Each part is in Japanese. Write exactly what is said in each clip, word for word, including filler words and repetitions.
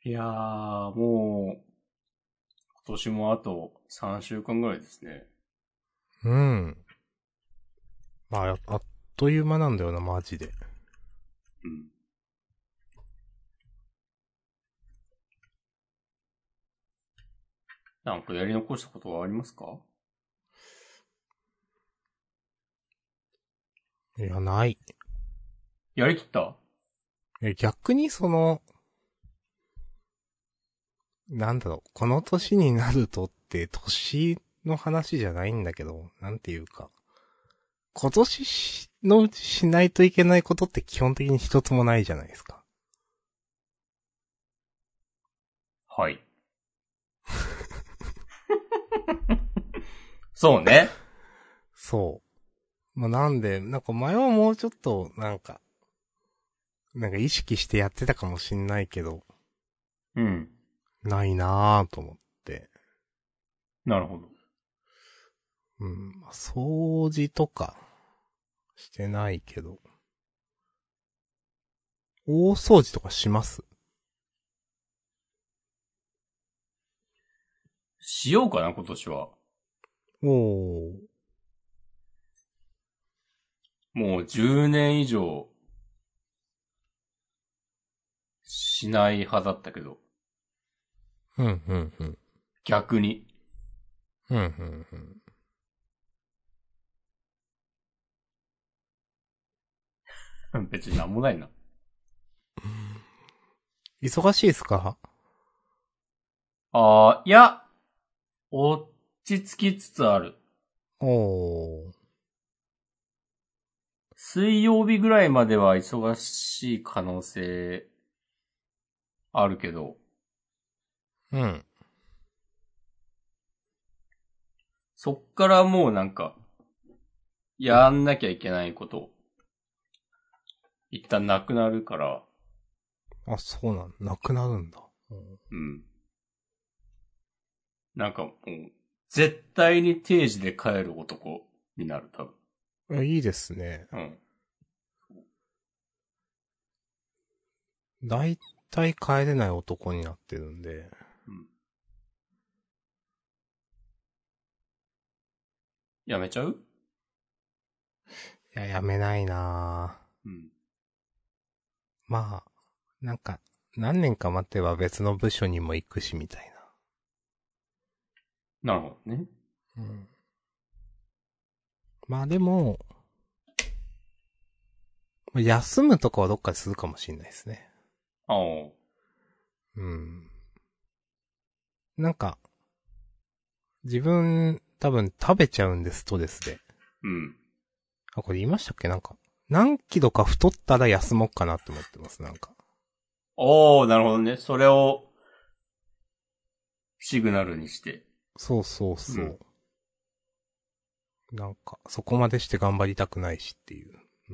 いやー、もう、今年もあとさんしゅうかんぐらいですね。 うん。まあ、あっという間なんだよな、マジで。 うん。なんかやり残したことはありますか？ いや、ない。 やりきった？ え、逆にその、なんだろう、この年になるとって、年の話じゃないんだけど、なんていうか、今年しのうちしないといけないことって基本的に一つもないじゃないですか。 はい。そうね。 そう。まあ、なんで、なんか前はもうちょっと、なんか、なんか意識してやってたかもしんないけど、 うん。 ないなぁと思って。 なるほど。 うん、まあ掃除とか、してないけど。大掃除とかします？ しようかな、今年は。 おー。 もうじゅうねん以上しない派だったけど、 うん、うん、うん。 逆に。 うん、うん、うん。 別になんもないな。 忙しいっすか？ あー、いや、落ち着きつつある。 おー。 水曜日ぐらいまでは忙しい可能性あるけど、 うん。 そっからもうなんか、やんなきゃいけないこと、一旦なくなるから、 あ、そうなん、なくなるんだ。うんうん。なんかもう、絶対に定時で帰る男になる、多分。 え、いいですね。 うん。 だいたい帰れない男になってるんで。 うん。やめちゃう？ いや、やめないなぁ。 うん。 まあ、なんか、何年か待てば別の部署にも行くし、みたいなるほどね。 な。うん。まあでも、休むとかはどっかでするかもしれないですね。 ああ。 うん。なんか、自分、多分食べちゃうんで、ストレスで。 うん。 あ、これ言いましたっけ？なんか、何キロか太ったら休もうかなって思ってます、なんか。 おー、なるほどね。それをシグナルにして。 そうそううん。 そう。なんか、そこまでして頑張りたくないしっていう。うん。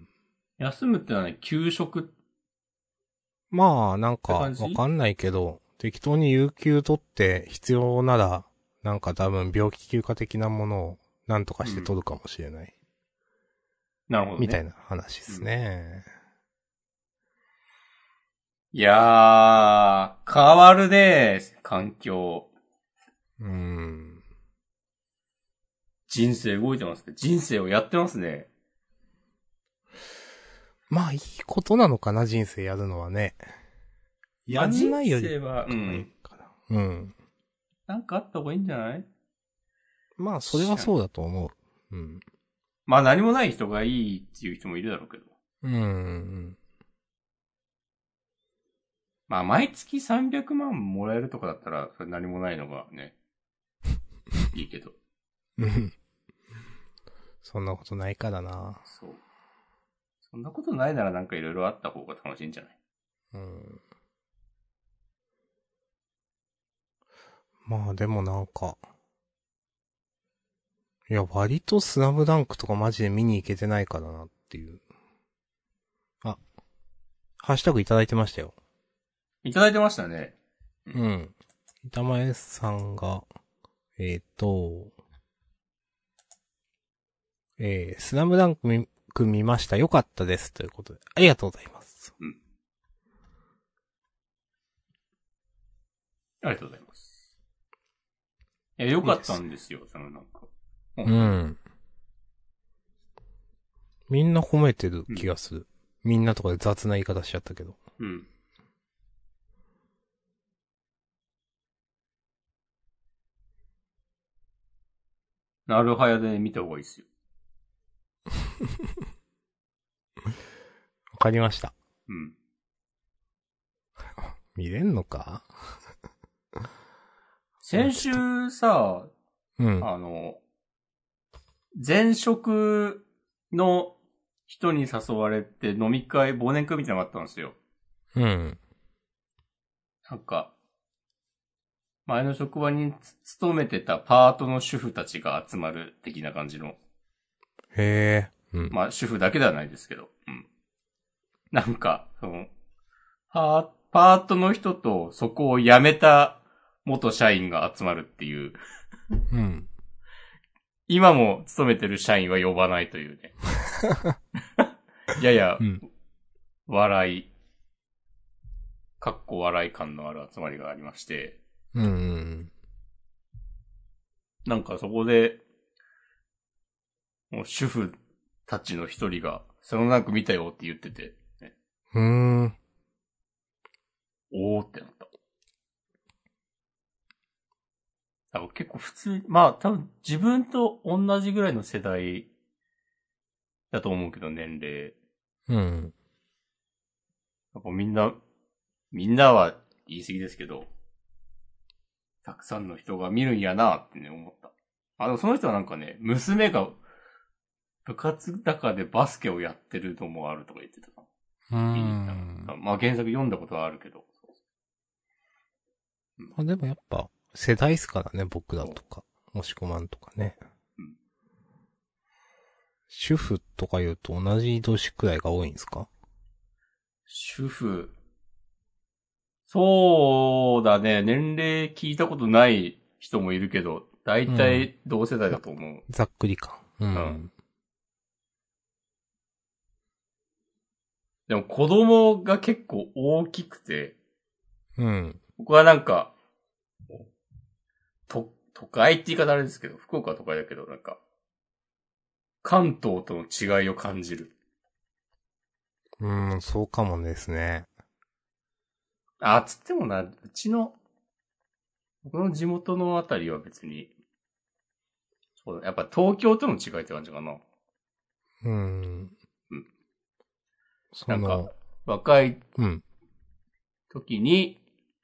休むってのはね、休職っまあ、なんか、 て感じ？ わかんないけど、適当に有給取って必要なら、なんか多分病気休暇的なものをなんとかうん。 して取るかもしれない。 なるほどね。 みたいな話ですうん。 ね。 いやー、変わるね、環境。 うーん。 人生動いてますね。人生をやってますね。 まあ、いいことなのかな、人生やるのはね。やまあ人んないより生は、うかはいいん。 かな。うん。 なんかあった方がいいんじゃない？ まあ、それは知らん。 そうだと思う。うん。 まあ何もない人がいいっていう人もいるだろうけど。 うーん。 まあ毎月さんびゃくまんもらえるとかだったら、それ何もないのがね、いいけど。 うん。そんなことないからな。 そう。そんなことないならなんかいろいろあった方が楽しいんじゃない？ うん。まあ、でもなんか、いや、割とスラムダンクとかマジで見に行けてないからなっていう。あ、ハッシュタグいただいてましたよ。 いただいてましたね。うん。 うん。板前さんが、えっ、と、えー、スラムダンク見、見ました。よかったです。ということで。ありがとうございます。 うん。 ありがとうございます。いや、よかったんですよ、そのなんか。 うん。みんな褒めてる気がする。うん、みんなとかで雑な言い方しちゃったけど。 うん。なるはやで見た方がいいですよ。 わかりました。 うん。 見れんのか先週さ、 うん。 あの、前職の人に誘われて飲み会、忘年会みたいなのがあったんですよ。 うん。 なんか、前の職場に勤めてたパートの主婦たちが集まる的な感じの。 へえ。うん。 まあ、主婦だけではないですけど。うん。なんか、その、パー、パートの人とそこを辞めた元社員が集まるっていう。 うん。 今も勤めてる社員は呼ばないというね。やや、 うん、 笑い、かっこ笑い感のある集まりがありまして。 うん、うん。 なんかそこで、もう主婦たちの一人が、そのなんか見たよって言ってて、ね、 うーん。 おーってなった。だから結構普通、まあ多分自分と同じぐらいの世代だと思うけど、年齢。 うん。 やっぱみんな、みんなは言い過ぎですけど、たくさんの人が見るんやなってね、思った。あの、その人はなんかね、娘が部活高でバスケをやってるのもあるとか言ってたな。 うーん。 見に行ったの。まあ原作読んだことはあるけど。 うん、まあでもやっぱ、世代っすからね、僕らとか。もしこまんとかね。 うん、 主婦とか言うと同じ年くらいが多いんですか？ 主婦。そうだね。年齢聞いたことない人もいるけど、大体同世代だと思う。うん、 ざっくりか。うん。うん、 でも子供が結構大きくて、 うん。 僕はなんか、と、都会って言い方あれですけど、福岡は都会だけど、なんか、関東との違いを感じる。 うん、そうかもですね。 あ、つってもな、うちの、僕の地元のあたりは別に、そうだ、やっぱ東京との違いって感じかな。 うん。 うん。なんか、 その、 若いうん。 時に、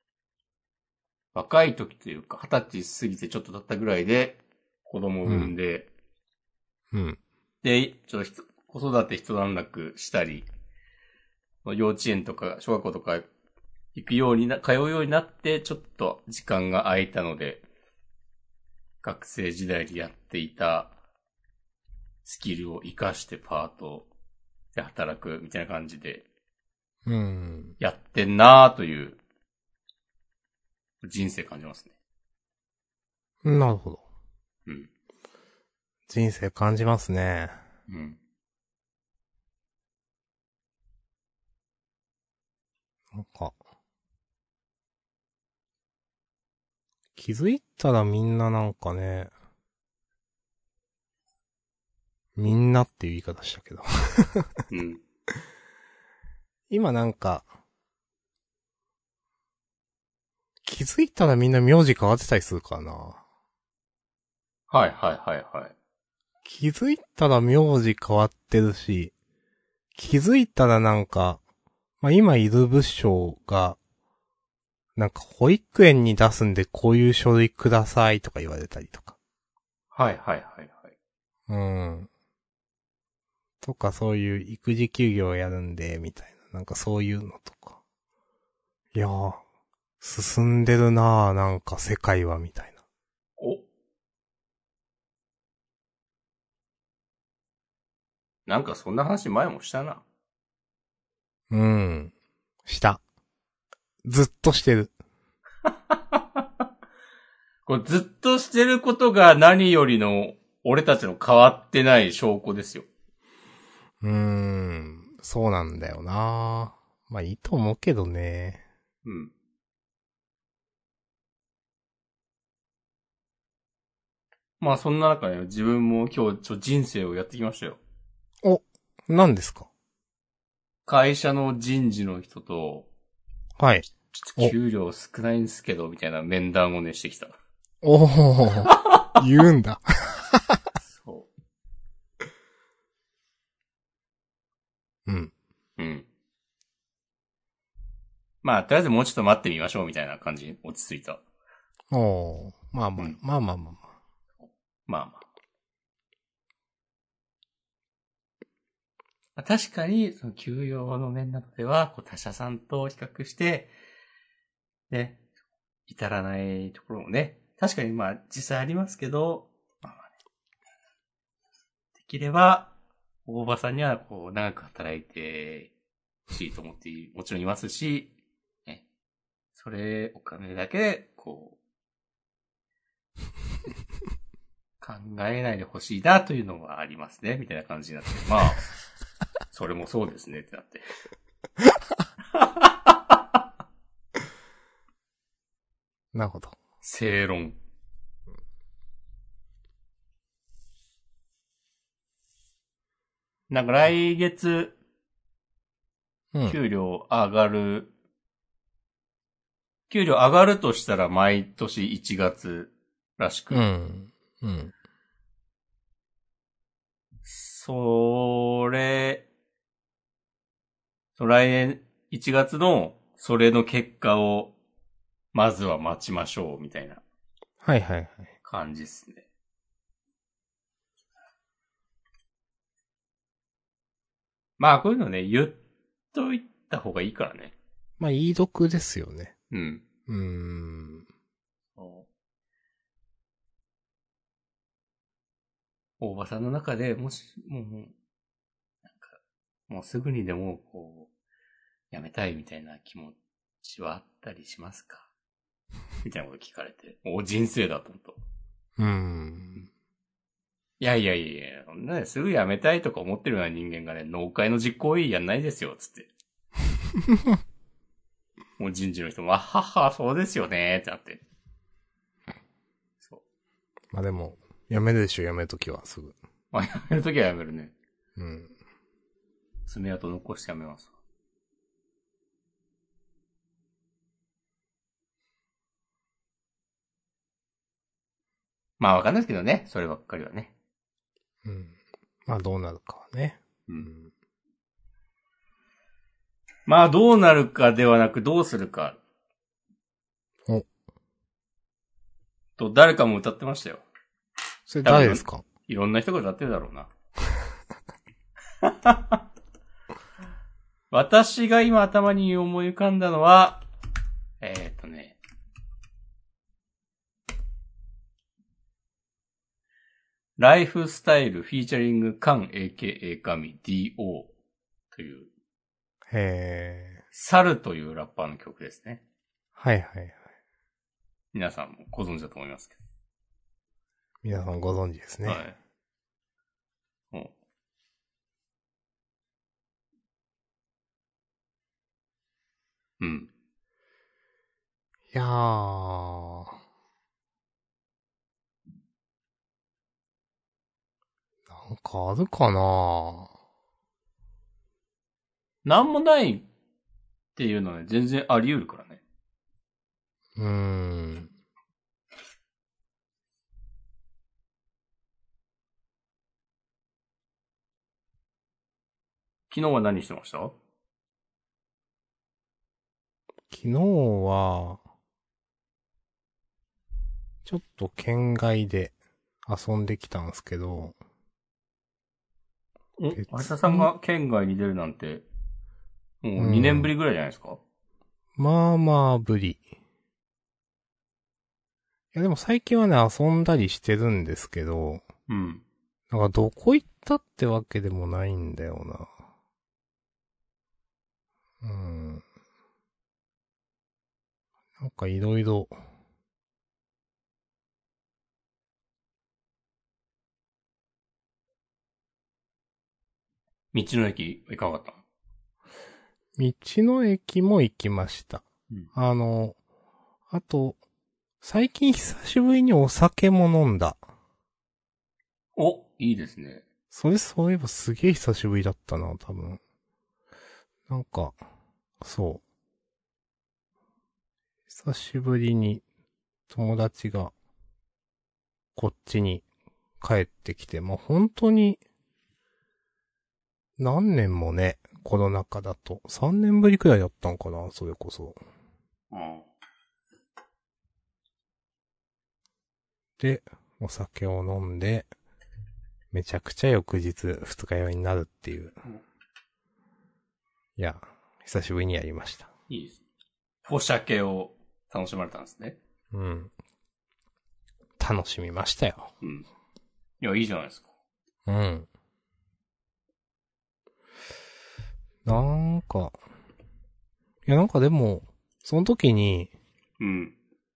若い時というか、二十歳過ぎてちょっと経ったぐらいで、子供を産んで、 うん。 で、ちょっと子育て一段落したり、幼稚園とか小学校とか行くようにな、通うようになって、ちょっと時間が空いたので、学生時代にやっていたスキルを活かしてパートで働くみたいな感じで、 うん。 やってんなーという人生感じますね。 なるほど。 うん。 人生感じますね。 うん。 なんか、気づいたらみんななんかね、みんなっていう言い方したけど。 うん。 今なんか、気づいたらみんな名字変わってたりするからな。 はいはいはいはい。 気づいたら名字変わってるし、気づいたらなんか、まあ、今いる部署が、なんか保育園に出すんでこういう書類くださいとか言われたりとか。 はいはいはいはい。 うん。とかそういう育児休業をやるんで、みたいな。なんかそういうのとか。いやー、進んでるなー、なんか世界は、みたいな。 お、なんかそんな話前もしたな。 うん。した。ずっとしてる。 これずっとしてることが何よりの俺たちの変わってない証拠ですよ。 うーん。そうなんだよなー。まあいいと思うけどね。 うん。 まあそんな中ね、自分も今日ちょ人生をやってきましたよ。 お、何ですか？ 会社の人事の人と、 はい。 ちょっと給料少ないんですけど、みたいな面談をね、してきた。 おー、言うんだ。 そうん。 う。うん。まあ、とりあえずもうちょっと待ってみましょう、みたいな感じに落ち着いた。 おー、まあまあ、 うん。 まあまあまあまあ。 まあまあ。まあ、確かに、その給与の面などでは、こう他社さんと比較して、ね、至らないところもね、確かにまあ実際ありますけど、まあまあね、できれば、大場さんにはこう長く働いてほしいと思ってもちろんいますし、ね、それお金だけでこう、考えないでほしいなというのはありますね、みたいな感じになって。まあ、それもそうですねってなって。 なるほど。 正論。なんか来月、 うん。 給料上がる、給料上がるとしたら毎年いちがつらしうく。 ん。うん。 それ、そ来年いちがつのそれの結果をまずは待ちましょうみたいなはいはいはい。 感じですね。まあこういうのね、言っといた方がいいからね。 まあ、いい読ですよね。 うん。 うーん。 大場さんの中でもし、もう、なんか、もうすぐにでもこう、やめたいみたいな気持ちはあったりしますかみたいなこと聞かれて、お、人生だと思った。 うーん。 いやいやいやいや、そんなね、すぐ辞めたいとか思ってるような人間がね、農会の実行委員やんないですよ、つって。もう人事の人も、あはは、そうですよね、ってなって。そう。 まあでも、やめるでしょ、やめるときは、すぐ。 まあ、辞めるときは辞めるね。 うん。 爪痕残して辞めます。まあ、わかんないですけどね、そればっかりはね。 うん。まあ、どうなるかはね。 うん。 うん。 まあ、どうなるかではなく、どうするか。 お、 と、誰かも歌ってましたよ。 それ多分いろん、 誰ですか？ いろんな人が歌ってるだろうな。私が今頭に思い浮かんだのは、えー、っとね、ライフスタイルフィーチャリングカン エーケーエー 神 ディーオー という、 へー。 サルというラッパーの曲ですね。 はいはいはい。 皆さんもご存知だと思いますけ皆さんご存知ですど。 ね。 はい。うん。うん。 いやー。なんかあるかな？ なんもないっていうのはね、全然あり得るからね。 うーん。 昨日は何してました？ 昨日は、ちょっと県外で遊んできたんすけど、 お、有田さん別に、 が県外に出るなんて、もううにねんぶりん。 ぐらいじゃないですか？ まあまあぶり。いやでも最近はね、遊んだりしてるんですけど、 うん。 なんかどこ行ったってわけでもないんだよな。うん。なんかいろいろ、 道の駅行かなかったの？ 道の駅も行きました。 うん。 あの、あと、最近久しぶりにお酒も飲んだ。 お、いいですね。 それそういえばすげえ久しぶりだったな、多分。なんか、そう。久しぶりに友達がこっちに帰ってきて、まあ、本当に何年もね、コロナ禍だと。さんねんぶりくらいだったんかな、それこそ。 うん。 で、お酒を飲んで、めちゃくちゃ翌日二日酔いになるっていう。 うん、いや、久しぶりにやりました。 いですね。お酒を楽しまれたんですね。 うん。楽しみましたよ。 うん。いや、いいじゃないですか。 うん。なんか、いやなんかでも、その時に、 うん。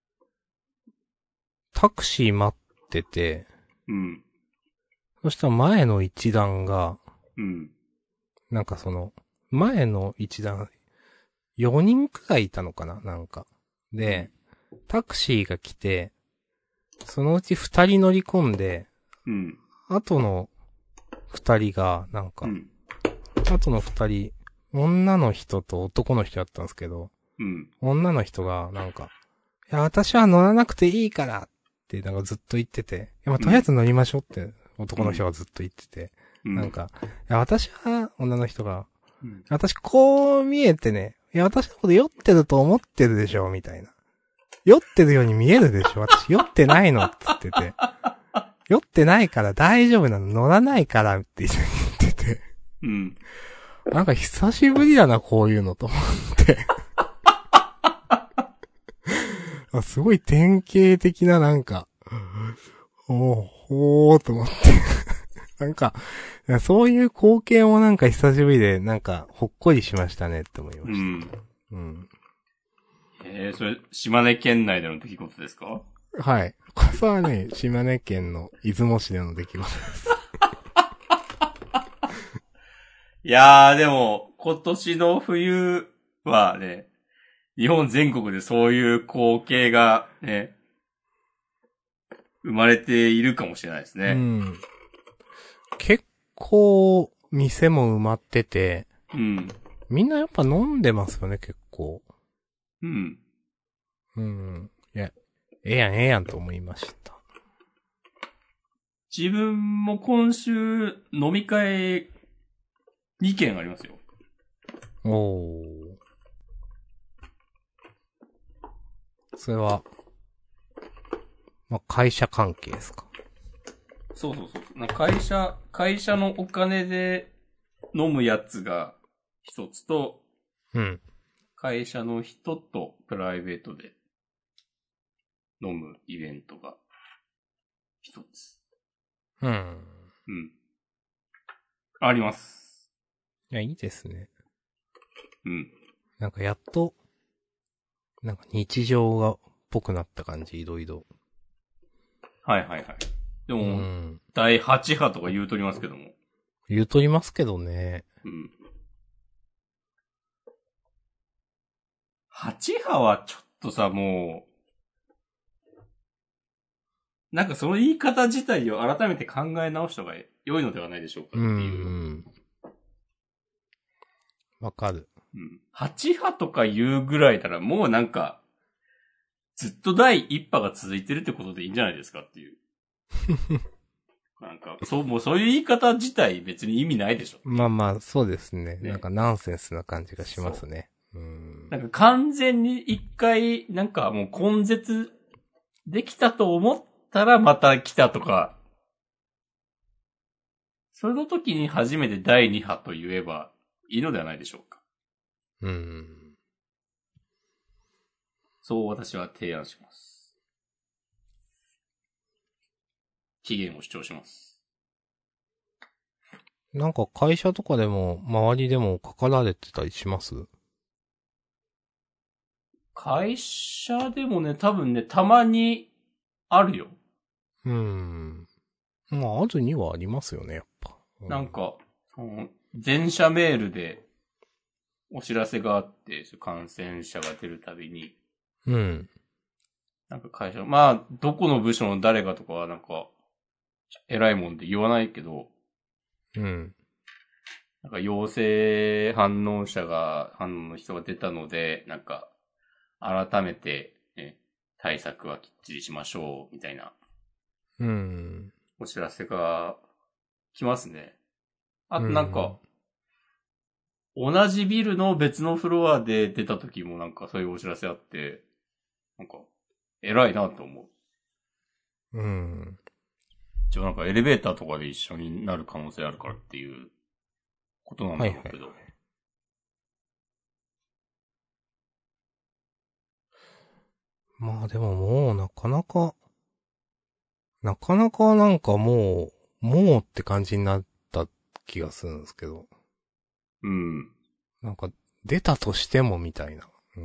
タクシー待ってて、 うん。 そしたら前の一段が、 うん。 なんかその、前の一段、よにんくらいいたのかななんか。で、タクシーが来て、そのうちふたり乗り込んで、 うん。 後のふたりが、なんか、 うん。 後のふたり、女の人と男の人だったんですけど、 うん。 女の人が、なんか、いや、私は乗らなくていいからって、なんかずっと言ってて、いや、まあ、とりあえず乗りましょうって、男の人がずっと言ってて、 うん、 なんか、いや、私は、女の人が、 うん、 私こう見えてね、いや、私のこと酔ってると思ってるでしょ、みたいな。酔ってるように見えるでしょ、私酔ってないのって言ってて。酔ってないから大丈夫なの、乗らないからって言ってて。 うん。 なんか久しぶりだな、こういうのと思ってあ。すごい典型的ななんか、おー、ほーと思ってなんか、そういう光景もなんか久しぶりで、なんか、ほっこりしましたねって思いました。うん。うん。 えー、それ、島根県内での出来事ですか？ はい。これはね、島根県の出雲市での出来事です。 いやー、でも、今年の冬はね、日本全国でそういう光景がね、生まれているかもしれないですね。 うん。結構、店も埋まってて、 うん。 みんなやっぱ飲んでますよね、結構。 うん。 うん。いや、ええやん、ええやんと思いました。 自分も今週飲み会にけんありますよ。 おー。それは、まあ、会社関係ですか？ そうそうそう。なんか会社、会社のお金で飲むやつが一つと、 うん。 会社の人とプライベートで飲むイベントが一つ。 うん。 うん。あります。 いや、いいですね。 うん。 なんかやっと、なんか日常が、っぽくなった感じ、いろいろ。 はいはいはい。でうも、 ん。 だいはち波とか言うとりますけども。 言うとりますけどね。 うん。はち波はちょっとさ、もう、なんかその言い方自体を改めて考え直した方が良いのではないでしょうかってういう。 ん。わかる。 うん。はち波とか言うぐらいならもうなんか、ずっとだいいち波が続いてるってことでいいんじゃないですかっていう。なんか、そう、もうそういう言い方自体別に意味ないでしょ。 まあまあ、そうですね。 ねなんかナンセンスな感じがしますね。うん。 なんか完全に一回、なんかもう根絶できたと思ったらまた来たとか、その時に初めてだいに波と言えばいいのではないでしょうか。 うん。 そう私は提案します。期限を主張します。 なんか会社とかでも、周りでもかかられてたりします？ 会社でもね、多分ね、たまにあるよ。 うん。まあ、あるにはありますよね、やっぱ。うん、 なんか、うん、全社メールでお知らせがあって、感染者が出るたびに。 うん。 なんか会社、まあ、どこの部署の誰かとかはなんか、 偉いもんで言わないけど、 うん。 なんか陽性反応者が、反応の人が出たので、なんか、改めて、ね、対策はきっちりしましょう、みたいなうん。 お知らせが来ますね。あうとなんか、 ん。 同じビルの別のフロアで出た時もなんかそういうお知らせあって、なんか、偉いなと思う。 うん。 一応なんかエレベーターとかで一緒になる可能性あるからっていうことなんはいはい。 だろうけど。 まあでももうなかなか、なかなかなんかもう、もうって感じになった気がするんですけど。 うん。 なんか、出たとしてもみたいな。うん。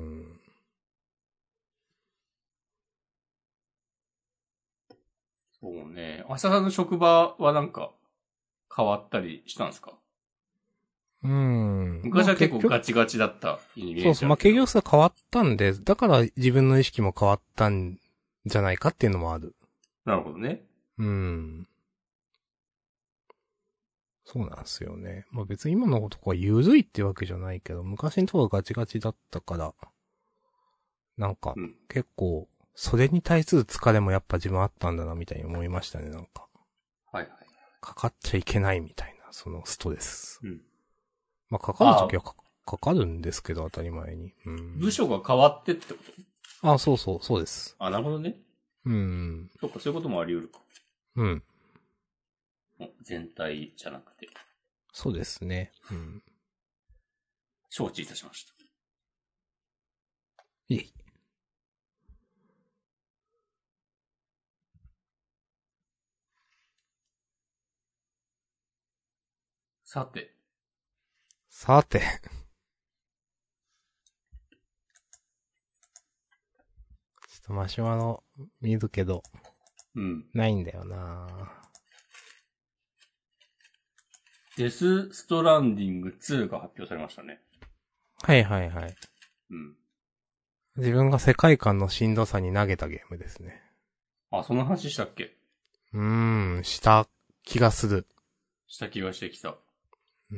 そうね。明日さんの職場はなんか変わったりしたんですか？ うん。ま昔は結構あ結局、 ガチガチだったイメそうそう、まあージあるけど。 結局さ変わったんで、だから自分の意識も変わったんじゃないかっていうのもある。 なるほどね。 うん。そうなんですよね。まあ別に今のことが緩いってわけじゃないけど、昔のとこがガチガチだったから、なんか、 うん。 結構、それに対する疲れもやっぱ自分あったんだなみたいに思いましたね、なんか。 はいはい。 かかっちゃいけないみたいな、そのストレス。 うん。 まあかかるときはかかかるんですけど、当たり前に。うん。 部署が変わってってこと？ あ、そうそう、そうです。 あ、なるほどね。 うん。 そっか、そういうこともあり得るか。 うん。 もう全体じゃなくて。 そうですね。うん。 承知いたしました。 いえ。 さて。 さて。ちょっとマシュマロ見るけど、 うん。 ないんだよなデスストランディングツーが発表されましたね。 はいはいはい。 うん。 自分が世界観のしんどさに投げたゲームですね。 あ、その話したっけ？ うーん、した気がする。 した気がしてきた。 うん。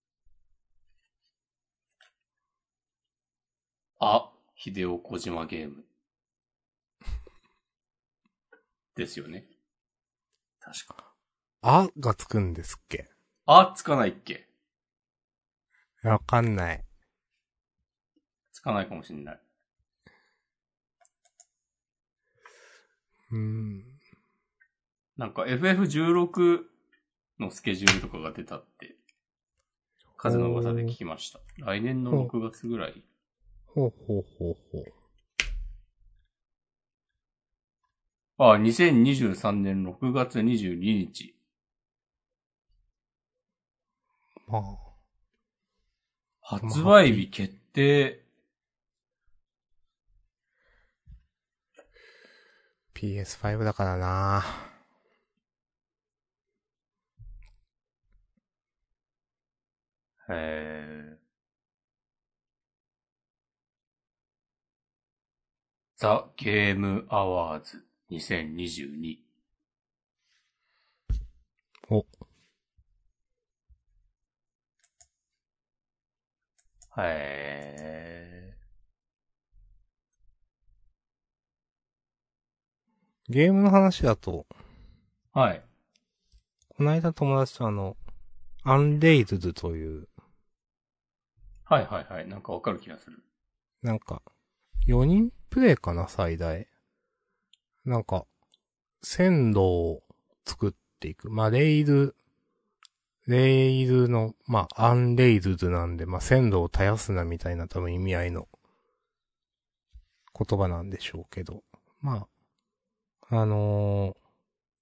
あ、ヒデオ小島ゲーム。ですよね。確か。 あがつくんですっけ？ あ、つかないっけ？ わかんない。 つかないかもしんない。 うーん。 なんか エフエフじゅうろく のスケジュールとかが出たって、風の噂で聞きました。来年のろくがつぐらい。 ほうほうほうほう。 あ、にせんにじゅうさんねんろくがつにじゅうににち。 まあ。 発売日決定。 ピーエスファイブ だからなへー。ザ・ゲームアワーズにせんにじゅうに。 お。 へー。ゲームの話だと、 ー。はい。 この間友達とあの、アンレイズズという、 はいはいはい。なんかわかる気がする。 なんか、よにんプレイかな、最大。なんか、線路を作っていく。まあ、レイル、レイルの、まあ、アンレイルズなんで、まあ、線路を絶やすなみたいな多分意味合いの言葉なんでしょうけど。まあ、あのー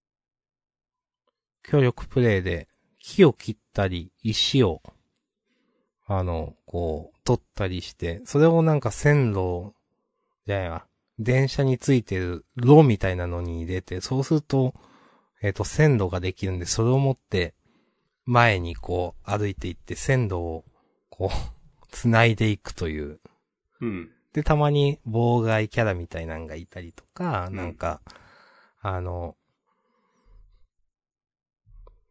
協力プレイで木を切ったり、石を、あの、こう、取ったりして、それをなんか線路、じゃあや、電車についてる炉みたいなのに入れて、そうすると、えっと、線路ができるんで、それを持って、前にこう、歩いていって、線路を、こう、繋いでいくという。 うん。 で、たまに妨害キャラみたいなのがいたりとか、 うんなんか、あの、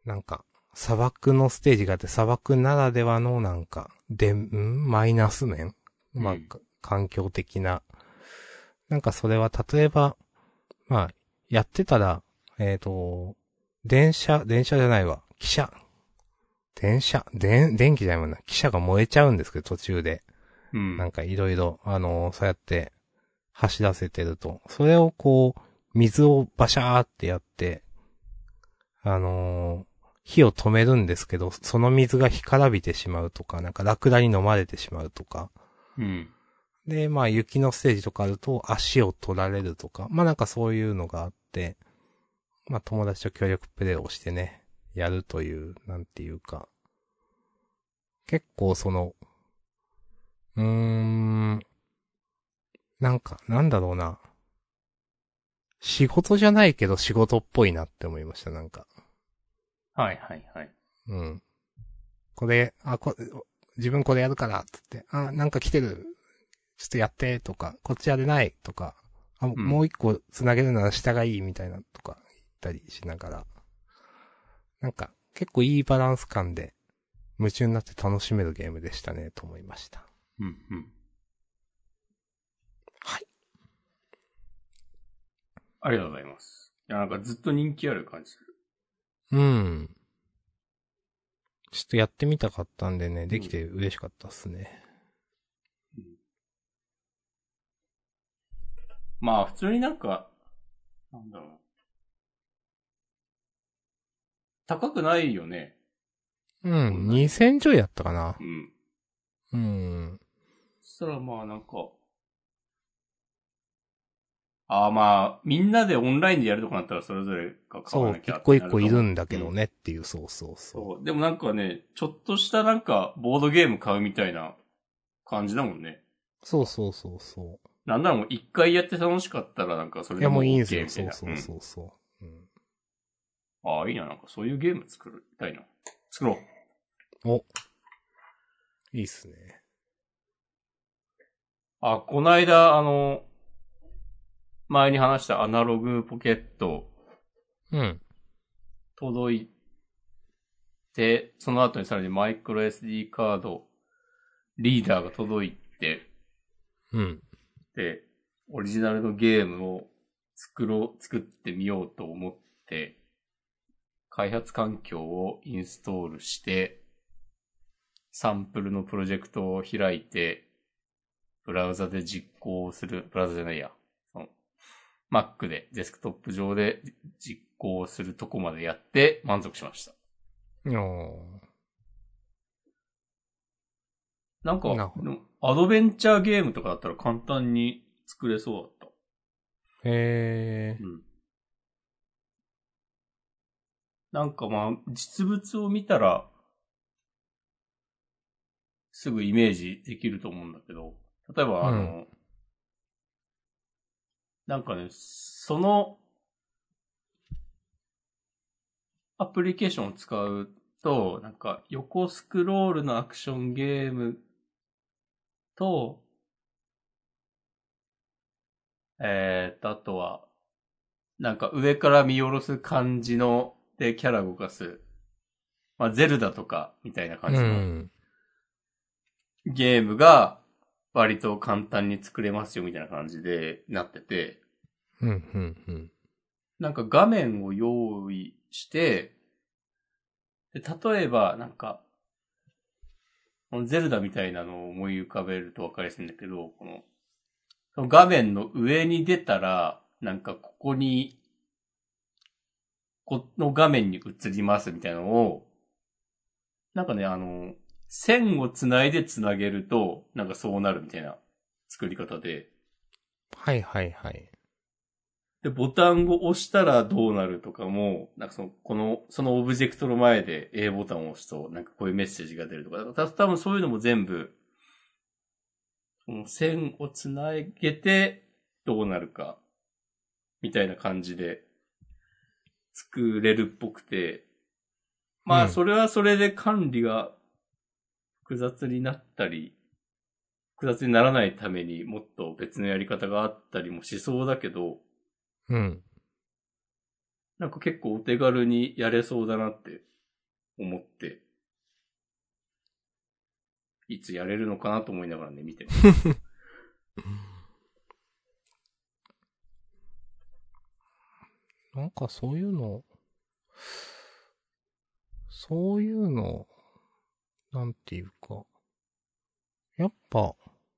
なんか、砂漠のステージがあって、砂漠ならではのなんか、で、んマイナス面まあ、 うん環境的な。なんかそれは例えば、まあ、やってたら、えっ、と、電車、電車じゃないわ。汽車。電車、電、電気じゃないもんな。汽車が燃えちゃうんですけど、途中で。 うん。 なんかいろいろ、あのーそうやって走らせてると。それをこう、水をバシャーってやって、あのー火を止めるんですけど、その水が干からびてしまうとか、なんかラクダに飲まれてしまうとか。 うん。 で、まあ雪のステージとかあると足を取られるとか。まあなんかそういうのがあって、まあ友達と協力プレイをしてね、やるという、なんていうか。結構その、うーん、なんか、なんだろうな。仕事じゃないけど仕事っぽいなって思いました、なんか。 はいはいはい。 うん。これ、あ、こ、自分これやるから、つって、あ、なんか来てる。ちょっとやって、とか、こっちやれないとか、あ、 うん。 もう一個繋げるなら下がいいみたいなとか言ったりしながら、なんか結構いいバランス感で夢中になって楽しめるゲームでしたね、と思いました。 うん。うん。 はい。 ありがとうございます。いや、なんかずっと人気ある感じする。 うん。ちょっとやってみたかったんでね、できうん。 て嬉しかったっすね。 うん、まあ、普通になんか、なんだろうな。高くないよね。 うん、 そんなに。 にせんちょいやったかな。 うん。 うん。 そしたらまあなんか、ああまあ、みんなでオンラインでやるとかなったらそれぞれが買わそう、 なきゃって一個一なるかも。 個いるんだうん。 けどねっていう、そうそうそそう。でもなんかね、ちょっとしたなんか、ボードゲーム買うみたいな感じだもんね。 う。そうそうそうそう。 なんならもう一回やって楽しかったらなんかそれいや、もでもうういいんす OK よ。 みたいな。 そうそううん。 そうそう。うん、 ああ、いいな。なんかそういうゲーム作りたいな。作ろう。 お、いいっすね。 あ、こないだ、あの、前に話したアナログポケットうん。 届いて、その後にさらにマイクロ エスディー カード、リーダーが届いて、 うん。 で、オリジナルのゲームを作ろう、作ってみようと思って、開発環境をインストールして、サンプルのプロジェクトを開いて、ブラウザで実行する、ブラウザじゃないや。その Mac で、デスクトップ上で実行するとこまでやって満足しました。 おなんか、 なるほど。 アドベンチャーゲームとかだったら簡単に作れそうだった。 へー。 うん。なんかまあ、実物を見たら、すぐイメージできると思うんだけど、例えばうん。 あの、なんかね、そのアプリケーションを使うと、なんか横スクロールのアクションゲームと、えーと、あとは、なんか上から見下ろす感じの、でキャラ動かす、まあ、ゼルダとかみたいな感うじのん。 ゲームが割と簡単に作れますよみたいな感じでなってて、 うん、うん、うん。 なんか画面を用意して、で例えばなんか、このゼルダみたいなのを思い浮かべると分かりやすいんだけど、この、その画面の上に出たら、なんかここに、この画面に映りますみたいなのを、なんかね、あの、線をつないでつなげると、なんかそうなるみたいな作り方で、 はいはいはい。 で、ボタンを押したらどうなるとかも、なんかその、この、そのオブジェクトの前で A ボタンを押すと、なんかこういうメッセージが出るとか、た多分そういうのも全部、その線をつなげてどうなるか、みたいな感じで作れるっぽくて、まあうん。 それはそれで管理が複雑になったり、複雑にならないためにもっと別のやり方があったりもしそうだけど、 うん。 なんか結構お手軽にやれそうだなって思って、いつやれるのかなと思いながらね、見てます。 なんかそういうの、そういうの、なんていうか、やっぱ、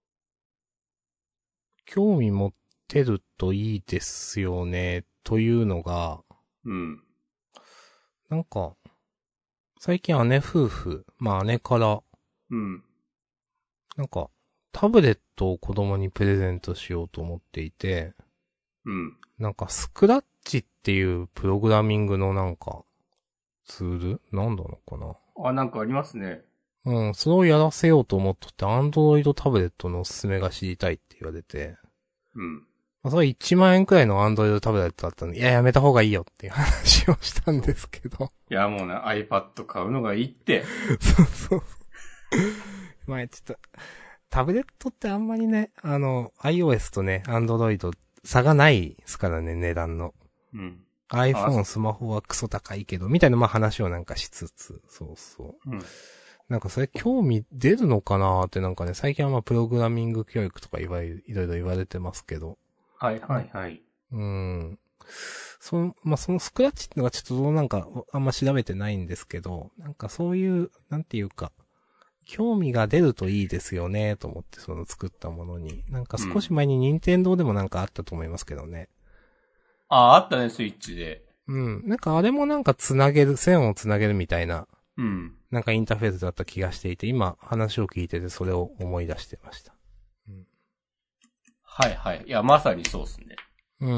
興味持ってるといいですよね、というのが、 うん。 なんか、最近姉夫婦、まあ姉から、 うん。 なんか、タブレットを子供にプレゼントしようと思っていて、 うん。 なんかスクラッチっていうプログラミングのなんか、ツールなんだのかな。 あ、なんかありますね。 うん、それをやらせようと思っとって、アンドロイドタブレットのおすすめが知りたいって言われて、 うん。 まあ、それいちまん円くらいのアンドロイドタブレットだったんで、いや、やめた方がいいよっていう話をしたんですけど。 いや、もうね、iPad 買うのがいいって。 そうそう。まあ、ちょっと、タブレットってあんまりね、あの、iOS とね、Android 差がないですからね、値段の。 うん。 iPhone、スマホはクソ高いけど、みたいなまあ話をなんかしつつ、そうそう。 うん。 なんかそれ興味出るのかなーってなんかね、最近はまあプログラミング教育とかいわゆる、いろいろ言われてますけど。 はいはいはい。 うーん。その、まあ、そのスクラッチってのがちょっとどうなんかあんま調べてないんですけど、なんかそういう、なんていうか、興味が出るといいですよね、と思ってその作ったものに。なんか少し前に任天堂でもなんかあったと思いますけどね。 ああ、あったね、スイッチで。 うん。なんかあれもなんかつなげる、線をつなげるみたいな、 うん。 なんかインターフェースだった気がしていて、今話を聞いててそれを思い出してました。うん、 はいはい。いや、まさにそうっすね。 うん。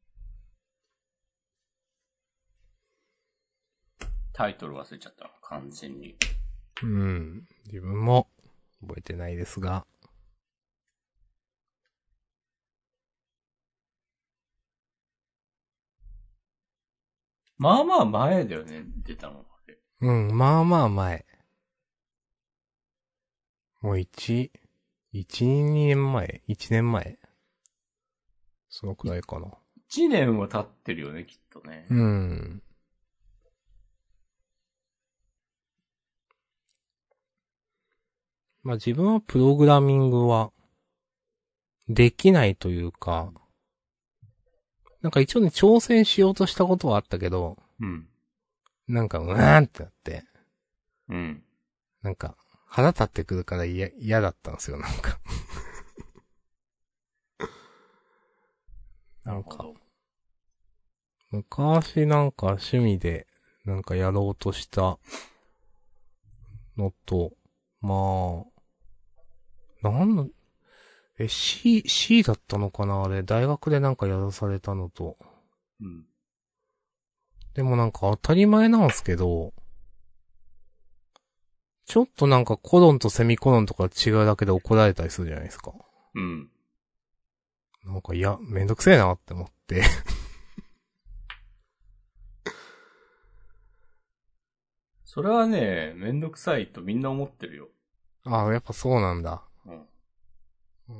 タイトル忘れちゃった。完全に。 うん。自分も覚えてないですが。 まあまあ前だよね、出たの。 うん、まあまあ前。もう一、一、二年前一年前そのくらいかな。 一年は経ってるよね、きっとね。 うん。まあ自分はプログラミングはできないというか、なんか一応ね、挑戦しようとしたことはあったけど、 うん。 なんか、うーんってなって、 うん。 なんか、腹立ってくるから嫌、嫌だったんですよ、なんか。なんか、 なるほど。 昔なんか趣味で、なんかやろうとしたのと、まあ、なんの、え、C、C だったのかなあれ、大学でなんかやらされたのと。 うん。 でもなんか当たり前なんですけど、ちょっとなんかコロンとセミコロンとか違うだけで怒られたりするじゃないですか。 うん。 なんかいや、めんどくせえなって思って。 それはね、めんどくさいとみんな思ってるよ。 ああ、やっぱそうなんだ。 うん。 うん、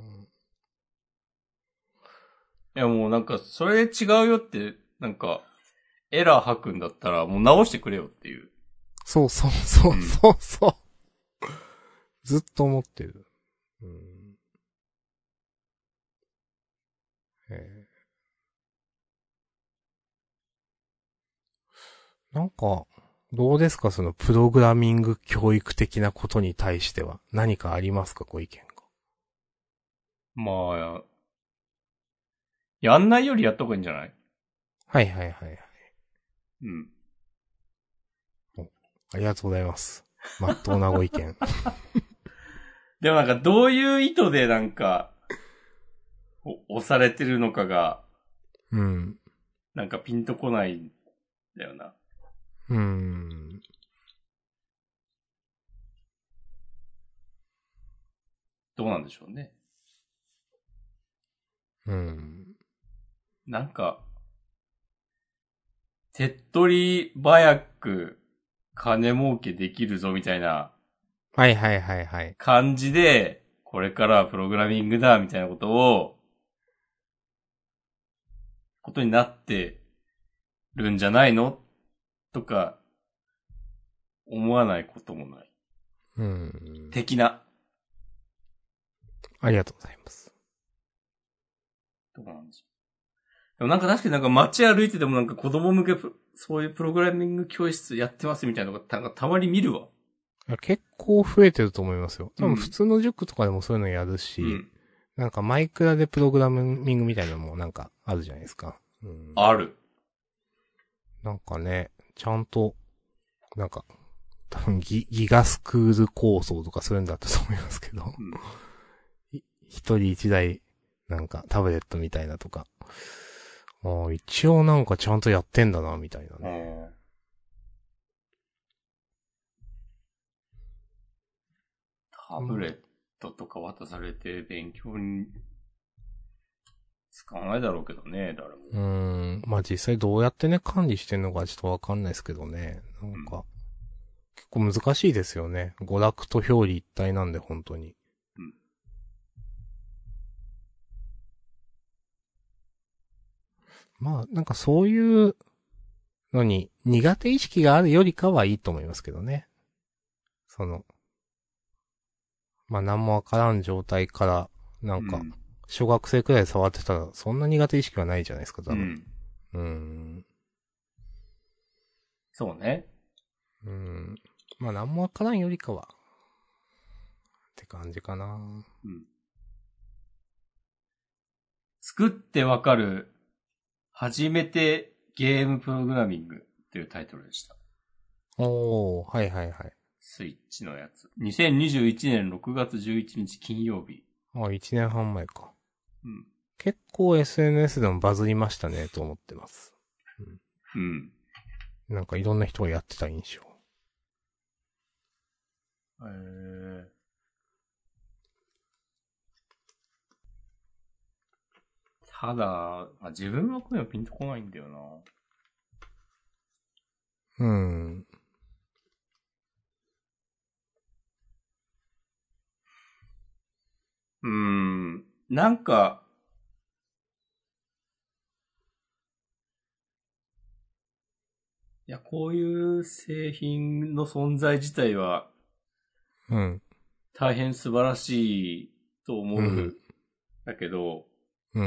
いやもうなんか、それ違うよって、なんか、エラー吐くんだったらもう直してくれよっていう。 そうそうそうそうそう。ずっと思ってる。うん、えー、なんか、どうですかそのプログラミング教育的なことに対しては。何かありますかご意見が。 まあ、やんないよりやった方がいいんじゃない？ はいはいはいはい。 うん。 ありがとうございます。まっとうなご意見。 でもなんかどういう意図でなんか、押されてるのかが、 うん。 なんかピンとこないんだよな。 うーん。 どうなんでしょうね。 うん。 なんか、手っ取り早く金儲けできるぞみたいなはいはいはいはい。 感じで、これからはプログラミングだみたいなことを、ことになってるんじゃないのとか思わないこともない。 うん。 的な。 ありがとうございます。 どうなんでしょう。でもなんか確かになんか街歩いててもなんか子供向けプそういうプログラミング教室やってますみたいなのがたたまに見るわ。 いや結構増えてると思いますよ。多うん分普通の塾とかでもそういうのやるし、 うん。 なんかマイクラでプログラミングみたいなのもなんかあるじゃないですか。うん、 ある。 なんかね、ちゃんと、なんか、多分ギギガスクール構想とかそういうんだったと思いますけど。 うんい一人一台、なんかタブレットみたいなとか。ああ、一応なんかちゃんとやってんだな、みたいなね。 うんタブレットとか渡されて勉強に使わないだろうけどね、誰も。 うーん。まあ実際どうやってね、管理してんのかちょっとわかんないですけどね。なんか、結構難しいですよね。娯楽と表裏一体なんで、本当に。 うん。 まあ、なんかそういうのに苦手意識があるよりかはいいと思いますけどね。その、まあ何もわからん状態から、なんか、 うん小学生くらいで触ってたら、そんな苦手意識はないじゃないですか、多分。 うん。 うーん。 そうね。 うーん。まあ何もわからんよりかは、って感じかな。 うん。作ってわかる、初めてゲームプログラミングっていうタイトルでした。 おー、はいはいはい。 スイッチのやつ。にせんにじゅういちねんろくがつじゅういちにち金曜日。 あ、一年半前か。 うん。 結構 エスエヌエス でもバズりましたね、と思ってます。 うん。 なんかいろんな人がやってた印象。 へー。ただ、まあ、自分はこういうのピンとこないんだよな。 うーん。 うーん。なんか、いや、こういう製品の存在自体はうん。 大変素晴らしいと思うん。 う。だけど、 うん。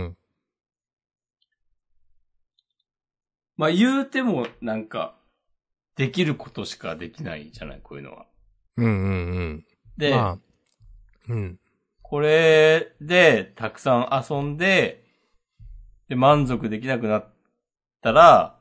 まあ言うてもなんか、できることしかできないじゃない、こういうのは。 うんうんうん。 で、 まあ、うん。 これでたくさん遊んで、で、満足できなくなったら、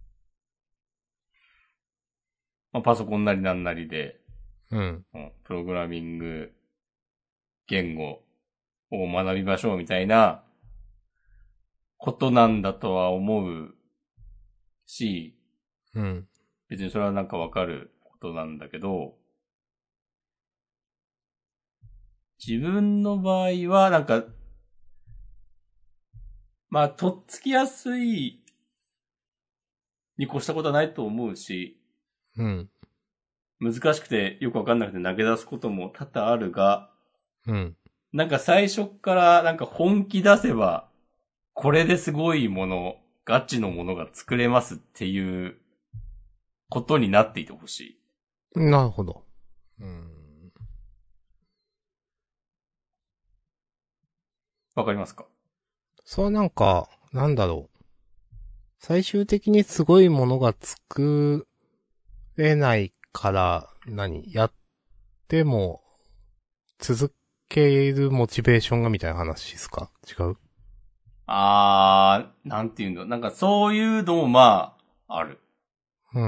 まあ、パソコンなりなんなりで、 うん。 うん、プログラミング言語を学びましょうみたいなことなんだとは思うし、 うん。 別にそれはなんかわかることなんだけど、自分の場合はなんか、まあ、とっつきやすいに越したことはないと思うし、 うん。 難しくてよくわかんなくて投げ出すことも多々あるが、 うん。 なんか最初からなんか本気出せば、これですごいもの、ガチのものが作れますっていうことになっていてほしい。 なるほど。うん。 わかりますか？ それはなんか、なんだろう。最終的にすごいものが作れないから、何やっても、続けるモチベーションがみたいな話ですか？違う？ あー、なんていうんだ。なんかそういうのもまあ、ある。 うん。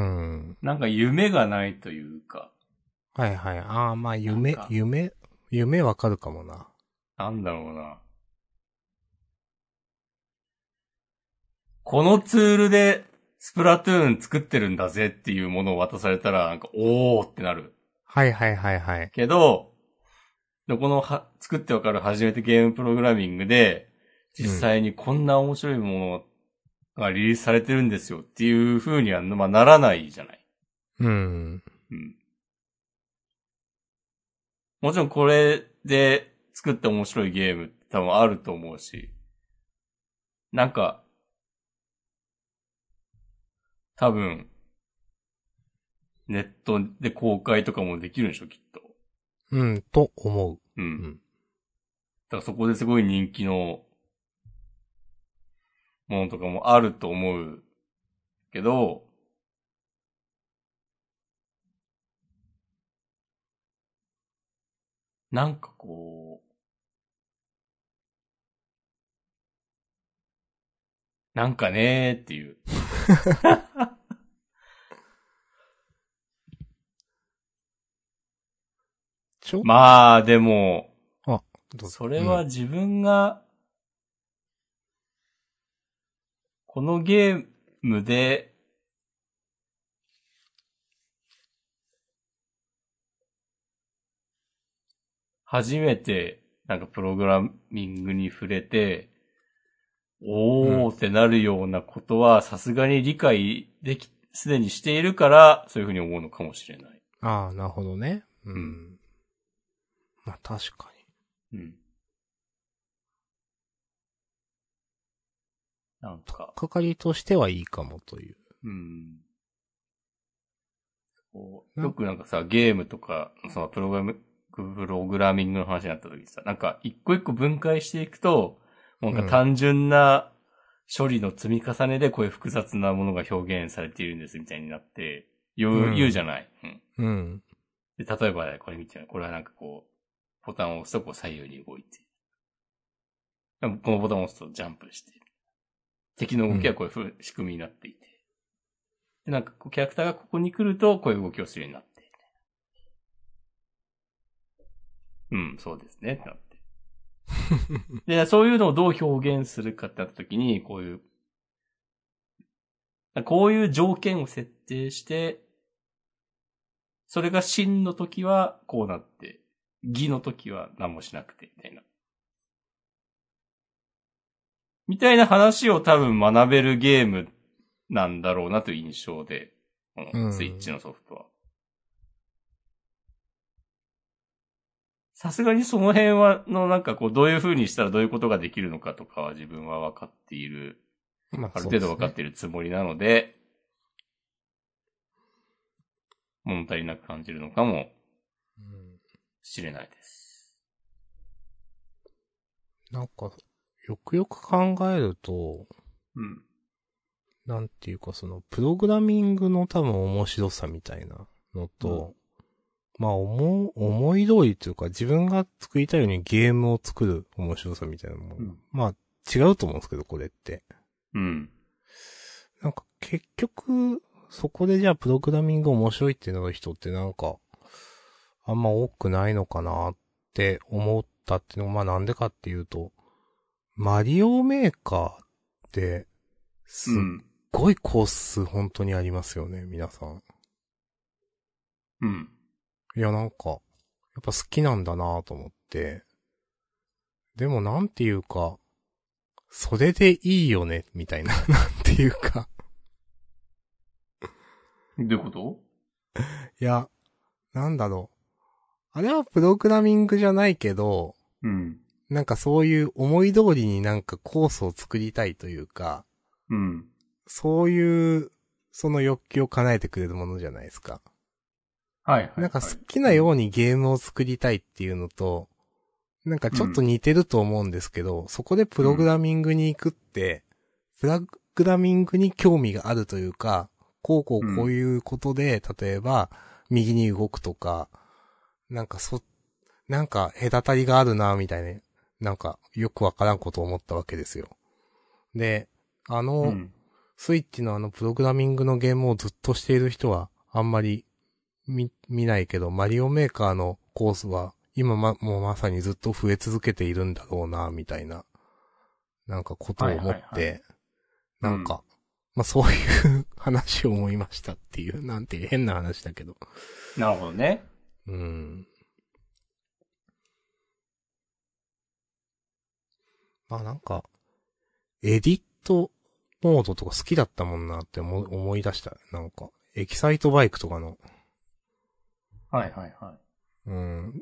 なんか夢がないというか、 はいはい。ああ、まあ夢、 なんか、 夢、夢わかるかもな。 なんだろうな。このツールでスプラトゥーン作ってるんだぜっていうものを渡されたら、なんか、おーってなる。 はいはいはいはい。 けど、でこのは、作ってわかる初めてゲームプログラミングで、実際にこんな面白いものがリリースされてるんですよっていう風には、まあ、ならないじゃない。 うん。 うん。もちろんこれで作って面白いゲームって多分あると思うし、なんか、多分、 ネットで公開とかもできるんでしょ、きっと。 うん、と思う。 うん。 うん。 だからそこですごい人気のものとかもあると思うけど、なんかこう、なんかねーっていう。 ちょ、 まあ、でも、 あ、どうぞ。 それうん。 は自分が、このゲームで、初めて、なんかプログラミングに触れて、 うん。 おーってなるようなことは、さすがに理解でき、すでにしているから、そういうふうに思うのかもしれない。 ああ、なるほどね。ううん。 ん。まあ確かうん。なんに。 か、 かかりとしてはいいかもという。 うん。こうな、 よくなんかさ、ゲームとか、そのプログラム、プログラミングの話になった時にさ、なんか一個一個分解していくと、もうなんかうん。 単純な処理の積み重ねでこういう複雑なものが表現されているんですみたいになって、言う、言うじうん。 ゃない。うん。 うん。 で、例えばね、これ見て、これはなんかこう、ボタンを押すとこう左右に動いて、このボタンを押すとジャンプして、敵の動きはうん。 こういう風仕組みになっていて、で、なんかこうキャラクターがここに来るとこういう動きをするようになって、うん、そうですね、ってなって。で、そういうのをどう表現するかってなった時に、こういう、こういう条件を設定して、それが真の時はこうなって、偽の時は何もしなくて、みたいな。みたいな話を多分学べるゲームなんだろうなという印象で、このうスイッチん。 のソフトは。さすがにその辺は、のなんかこう、どういう風にしたらどういうことができるのかとかは自分は分かっている、 まああるそうですね。 程度分かっているつもりなので、物足りなく感じるのかもうん、 しれないです。 なんか、よくよく考えると、 うん。 なんていうかその、プログラミングの多分面白さみたいなのうん。 と、まあ思う、思い通りというか自分が作りたいようにゲームを作る面白さみたいなのも、 うん。 まあ違うと思うんですけど、これって。 うん。 なんか結局、そこでじゃあプログラミング面白いってなる人ってなんか、あんま多くないのかなって思ったっていうのが、まあなんでかっていうと、マリオメーカーって、すっうん。 ごいコース本当にありますよね、皆さん。 うん。 いやなんか、やっぱ好きなんだなと思って。でもなんていうか、それでいいよね、みたいな、なんていうか。 どういうこと？ いや、なんだろう。あれはプログラミングじゃないけど、 うん。 なんかそういう思い通りになんかコースを作りたいというか、 うん。 そういう、その欲求を叶えてくれるものじゃないですか。 はいはなんか好いはい。 きなようにゲームを作りたいっていうのと、なんかちょっとうん。 似てると思うんですけど、そこでプログうん。 ラミングに行くって、プログラミングに興味があるというか、こうこうこううん。 いうことで、例えば、右に動くとか、なんかそ、なんか隔たりがあるな、みたいな、なんかよくわからんことを思ったわけですよ。で、あの、 うん。 スイッチのあのプログラミングのゲームをずっとしている人はあんまり見、見ないけど、マリオメーカーのコースは今ま、もうまさにずっと増え続けているんだろうな、みたいな、なんかことはいを思っはいはい。 て、 うん。 なんか、まあそういう話を思いましたっていう、なんて変な話だけど。 なるほどね。 うん。まあなんか、エディットモードとか好きだったもんなって思い思い出した。なんか、エキサイトバイクとかの、 はいはいはうん。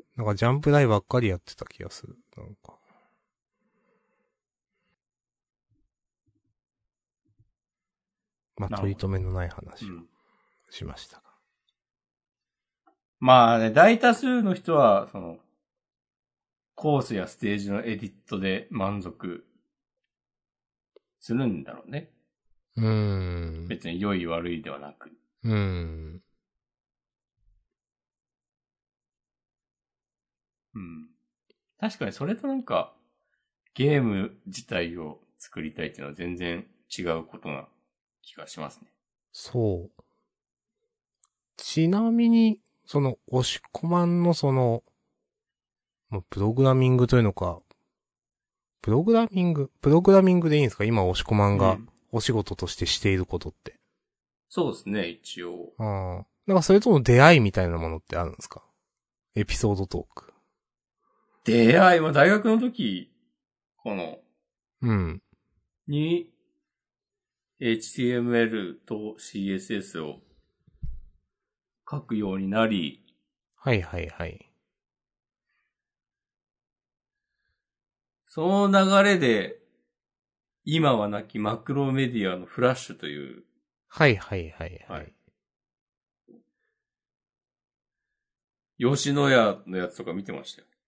なんかジャンプ台ばっかりやってた気がする。なんか。まあ、 い。なる取りほど。 留めのない話をうん。 しましたが。 まあね、大多数の人は、その、コースやステージのエディットで満足するんだろうね。 うーん。 別に良い悪いではなく。 うーん。 うん。確かにそれとなんか、ゲーム自体を作りたいっていうのは全然違うことな気がしますね。 そう。ちなみに、その、押し込まんのその、もうプログラミングというのか、プログラミングプログラミングでいいんですか？今押し込まんがうんお仕事としてしていることって。 そうですね、一応。 ああ。なんかそれとの出会いみたいなものってあるんですか？エピソードトーク。 出会いは大学の時、この、 うん。 に、エイチティーエムエル と シーエスエス を書くようになり、 はいはいはい。 その流れで、今はなきマクロメディアのフラッシュという、 はいはいはいははいい。 吉野家のやつとか見てましたよ。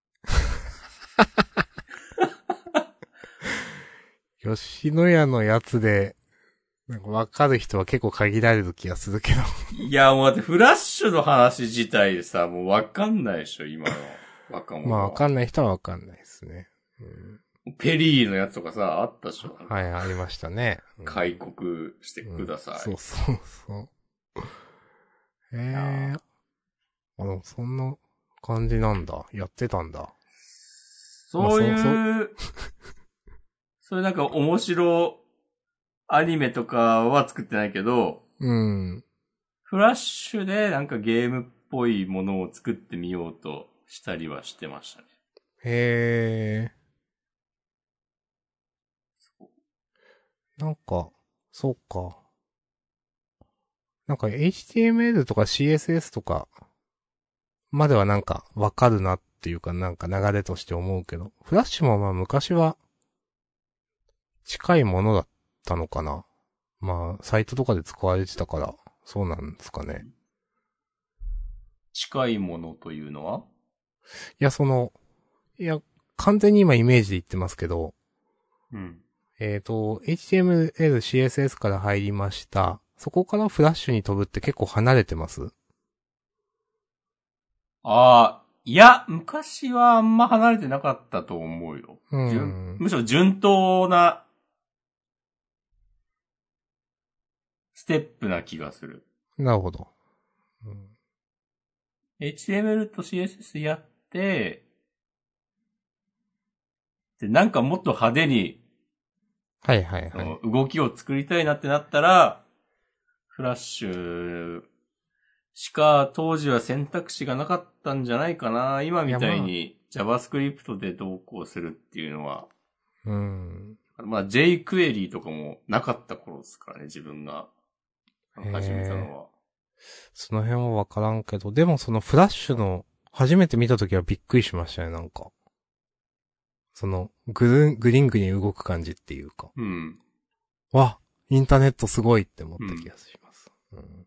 吉野家のやつで、なんかわかる人は結構限られる気がするけど。 いや、もうだってフラッシュの話自体でさ、もうわかんないでしょ、今の若者は。 まあわかんない人はわかんないですね。 うん、ペリーのやつとかさ、あったでしょ。 はい、ありましたね。 うん、開国してください。 うん、そうそうそう。へえー。あの、そんな感じなんだ。やってたんだ。 そういう、 まあ、そそういうなんか面白アニメとかは作ってないけど、 うん。 フラッシュでなんかゲームっぽいものを作ってみようとしたりはしてましたね。 へえ。なんか、そうか。なんか エイチティーエムエル とか シーエスエス とかまではなんかわかるなっていうかなんか流れとして思うけど、フラッシュもまあ昔は近いものだったのかな。まあ、サイトとかで使われてたから、そうなんですかね。 近いものというのは？ いや、その、いや、完全に今イメージで言ってますけど、 うん。 えっと、エイチティーエムエル、シーエスエス から入りました。そこからフラッシュに飛ぶって結構離れてます？ ああ、いや、昔はあんま離れてなかったと思うよ。 う順ん。 むしろ順当なステップな気がする。 なるほど。うん、 エイチティーエムエル と シーエスエス やって、で、なんかもっと派手に、 はいはいはい。 動きを作りたいなってなったら、フラッシュしか当時は選択肢がなかったんじゃないかな。今みたいに JavaScript でどうこうするっていうのは。 うん。 まあ jQuery とかもなかった頃ですからね、自分が始めたのは。 その辺はわからんけど、でもそのフラッシュの、初めて見たときはびっくりしましたね、なんか。その、ぐるん、グリングに動く感じっていうか。 うん。 わ、インターネットすごいって思った気がします。うん。うん、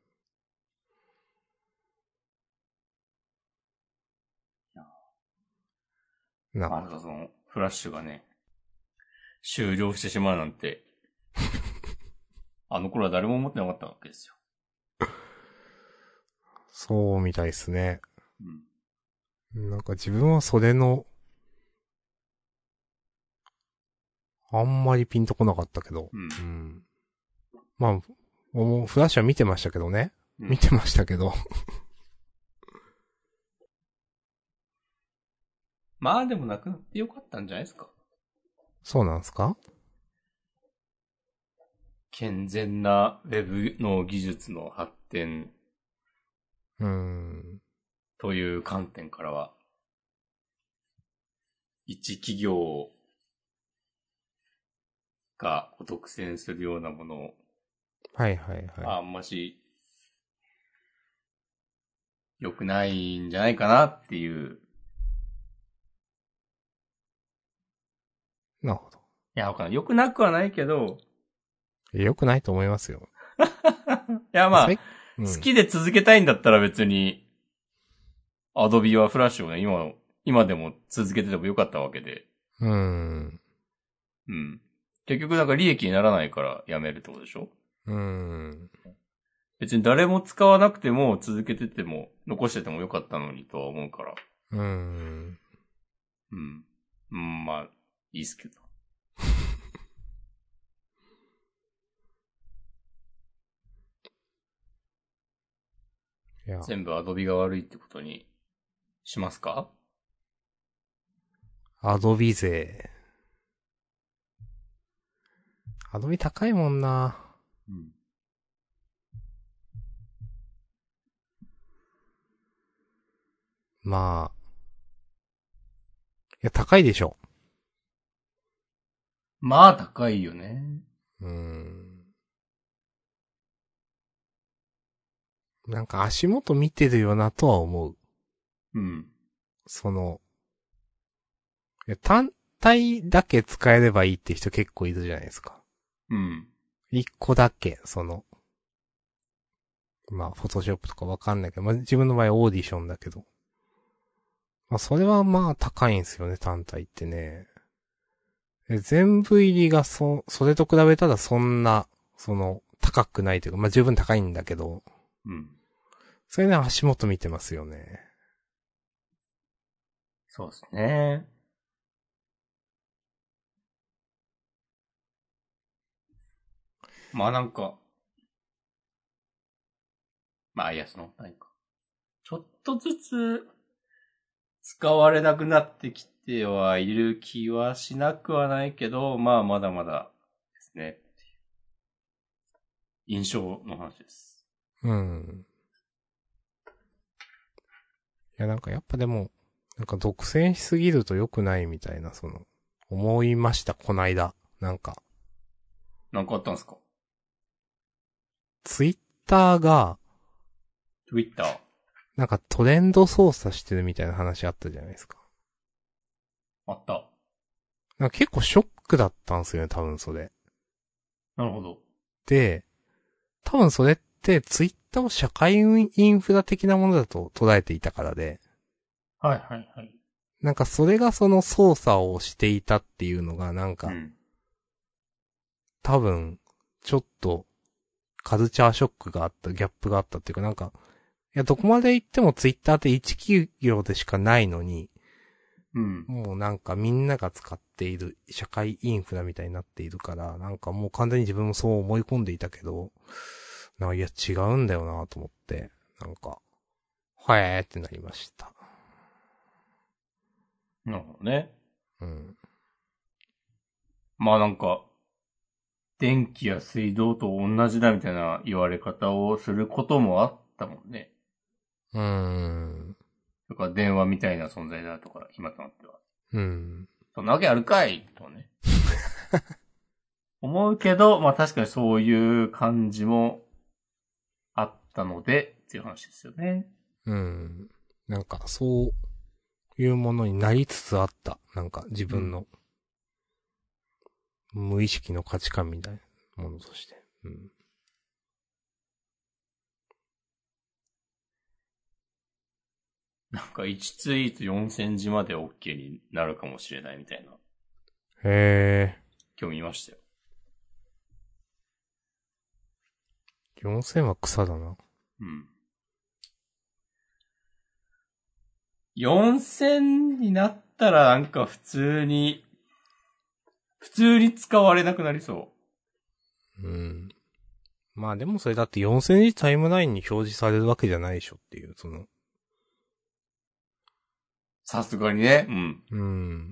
なまさかその、フラッシュがね、終了してしまうなんて、あの頃は誰も思ってなかったわけですよ。 そうみたいですね。 うん。 なんか自分はそれの、あんまりピンとこなかったけど。 うん。 うん、まあ、もうフラッシュは見てましたけどね。 うん、 見てましたけど。 まあでもなくなってよかったんじゃないですか。 そうなんですか？ 健全なウェブの技術の発展。 うーん。 という観点からは、一企業が独占するようなものを、 はいはいはい。 あんまし良くないんじゃないかなっていう。 なるほど。 いや、わかんない。良くなくはないけど。 良くないと思いますよ。 いや、まあ、 うん、 好きで続けたいんだったら別にアドビはフラッシュをね、今、今でも続けててもよかったわけで。 うーん。 うん。結局なんか利益にならないからやめるってことでしょ？ うーん。 別に誰も使わなくても続けてても残しててもよかったのにとは思うから。 うーん。 うん。うん、まあ、いいっすけど。 いや、 全部アドビが悪いってことにしますか？ アドビ勢。アドビ高いもんな。 うん。 まあ。いや、高いでしょ。 まあ、高いよね。 うーん。なんか足元見てるよなとは思う。 うん。 その、いや単体だけ使えればいいって人結構いるじゃないですか。 うん。 一個だけ、その、まあ、フォトショップとかわかんないけど、まあ自分の場合オーディションだけど。まあ、それはまあ高いんですよね、単体ってね。で全部入りがそ、それと比べたらそんな、その、高くないというか、まあ十分高いんだけど、 うん。 それね、足元見てますよね。 そうですね。まあなんか、まあいいや、その、何か。ちょっとずつ使われなくなってきてはいる気はしなくはないけど、まあまだまだですね。印象の話です。 うん。いや、なんかやっぱでも、なんか独占しすぎると良くないみたいな、その、思いました、こないだ。なんか、 なんかあったんですか？ ツイッターが、 Twitter。 なんかトレンド操作してるみたいな話あったじゃないですか。 あった。 なんか結構ショックだったんですよね、多分それ。 なるほど。 で、多分それってツイッターを社会インフラ的なものだと捉えていたからで、 はいはいはい。 なんかそれがその操作をしていたっていうのがなんか、 うん。 多分、ちょっと、カルチャーショックがあった、ギャップがあったっていうかなんか、いや、どこまで行ってもツイッターって一企業でしかないのに、 うん。 もうなんかみんなが使っている社会インフラみたいになっているから、なんかもう完全に自分もそう思い込んでいたけど、なんかいや違うんだよなと思って、なんか、はえーってなりました。 なるほどね。 うん。 まあなんか、電気や水道と同じだみたいな言われ方をすることもあったもんね。 うーん。 とか電話みたいな存在だとか、今となっては。 うん。 そんなわけあるかいとね。思うけど、まあ確かにそういう感じもあったので、っていう話ですよね。 うん。なんか、そういうものになりつつあった。なんか、自うん。 分の無意識の価値観みたいなものとして。うん。 なんかいちツイートよんせんじまで OK になるかもしれないみたいな。 へ今日見ましたよ。 ー。よんせんは草だな。 うん。よんせんになったらなんか普通に、普通に使われなくなりそう。 うん。まあでもそれだってよんせんじタイムラインに表示されるわけじゃないでしょっていう、その。 さすがにね。うん。 うん。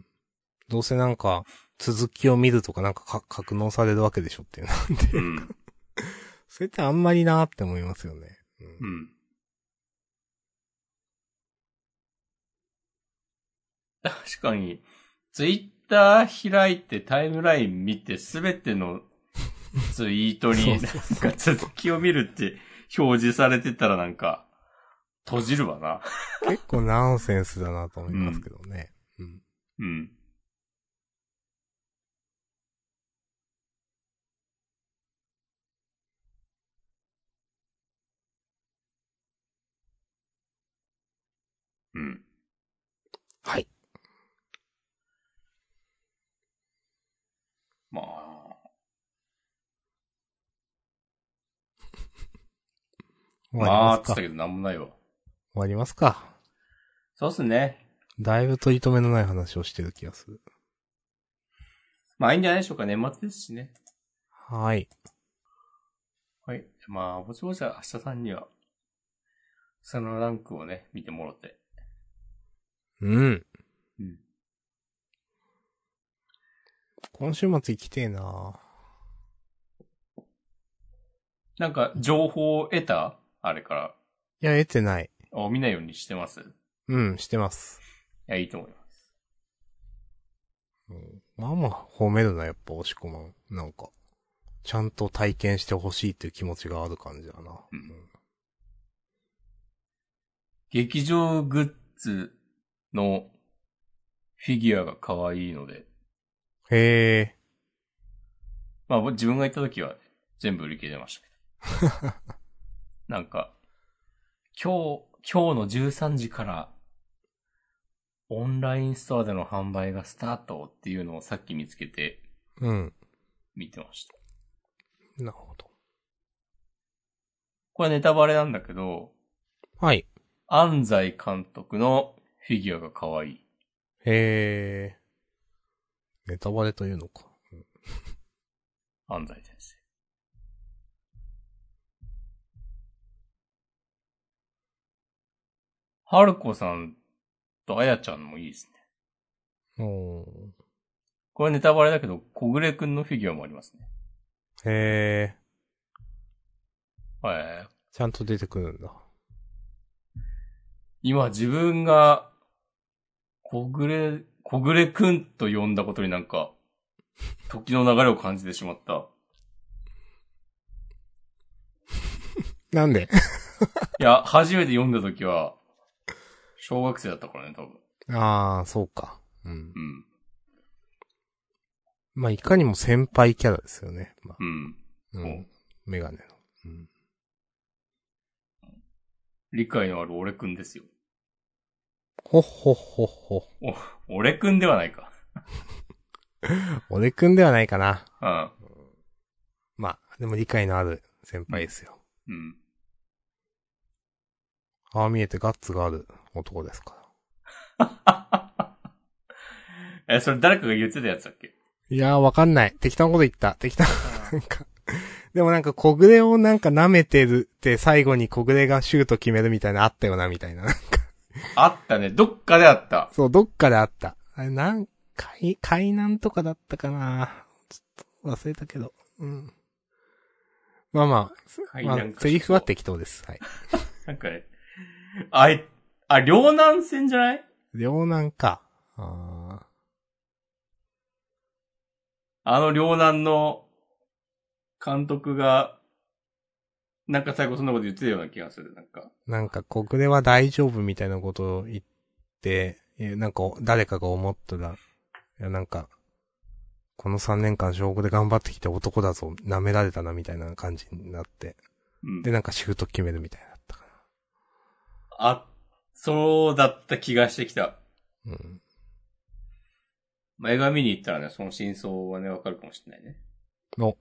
どうせなんか、続きを見るとかなんかか格納されるわけでしょっていう。なんていうか。 うん。 それってあんまりなーって思いますよね。うん。 うん。確かに、ツイッター開いてタイムライン見てすべてのツイートになんか続きを見るって表示されてたらなんか、閉じるわな。 結構ナンセンスだなと思いますうん。 けどね。うん。 うん。うはい。 まあ。 終わりまあ、 ますか。 つったけどなんもないわ。 終わりますか。 そうっすね。 だいぶ取り留めのない話をしてる気がする。 まあいいんじゃないでしょうか。年末ですしね。 はい。 はい。まあ、ぼちぼちは明日さんには、そのランクをね、見てもらって。 うん。 うん。 今週末行きてえな。 なんか、情報を得たあれから。 いや、得てない。 あ、見ないようにしてます。いうん、してます。 や、いいと思います。 うん、まあまあ、褒めるな、やっぱ、押し込まん。なんか、ちゃんと体験してほしいっていう気持ちがある感じだな。 うん。劇場グッズのフィギュアが可愛いので。 へえ。 まあ、自分が行った時は全部売り切れてましたけど。なんか、今日、今日のじゅうさんじからオンラインストアでの販売がスタートっていうのをさっき見つけて、 うん。 見てました。 なるほど。 これネタバレなんだけど、 はい。 安西監督のフィギュアが可愛い。 へえ。ネタバレというのか。うん、 安西先生。春子さんとあやちゃんもいいですね。 おー。 これネタバレだけど、小暮くんのフィギュアもありますね。 へえ。 はい。 ちゃんと出てくるんだ。 今自分が、小暮、小暮くんと呼んだことになんか、時の流れを感じてしまった。 なんでいや、初めて読んだ時は、小学生だったからね、多分。 ああ、そうか。うん。 うん。 まあ、いかにも先輩キャラですよね。まあ、 うん。 うん。メガネの。うん。 理解のある俺くんですよ。 ほっほっほっほ。 お、俺くんではないか。 俺くんではないかな。 うん。 まあ、でも理解のある先輩ですよ。 うん。 ああ見えてガッツがある男ですから。 え、それ誰かが言ってたやつだっけ？ いやーわかんない。適当なこと言った。適当なんか。でもなんか小暮をなんか舐めてるって最後に小暮がシュート決めるみたいなあったよなみたいな。なんかあったね。どっかであった。 そう、どっかであった。あれなん、海、海南とかだったかな。ちょっと忘れたけど。うん。まあまあ、まあ、セリフは適当です。はい。 なんかね、あい、あ、両南戦じゃない？ 両南か。ああの両南の監督が、なんか最後そんなこと言ってたような気がする、なんか。 なんか、小暮は大丈夫みたいなことを言って、なんか、誰かが思ったら、いや、なんか、このさんねんかん小ごで頑張ってきて男だぞ、舐められたなみたいな感じになって。 うん。 で、なんかシュート決めるみたいだったかあ、そうだった気がしてきた。 な。うん。 まあ、映画見に行ったらね、その真相はね、わかるかもしれないね。 の、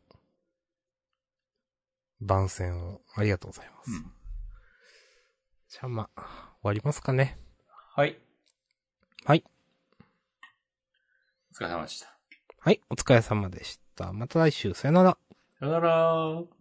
番宣を、ありがとうございます。 うん。 じゃあまあ、終わりますかね。 はい。 はい。 お疲れ様でした。 はい、お疲れ様でした。また来週、さよなら。 さよなら。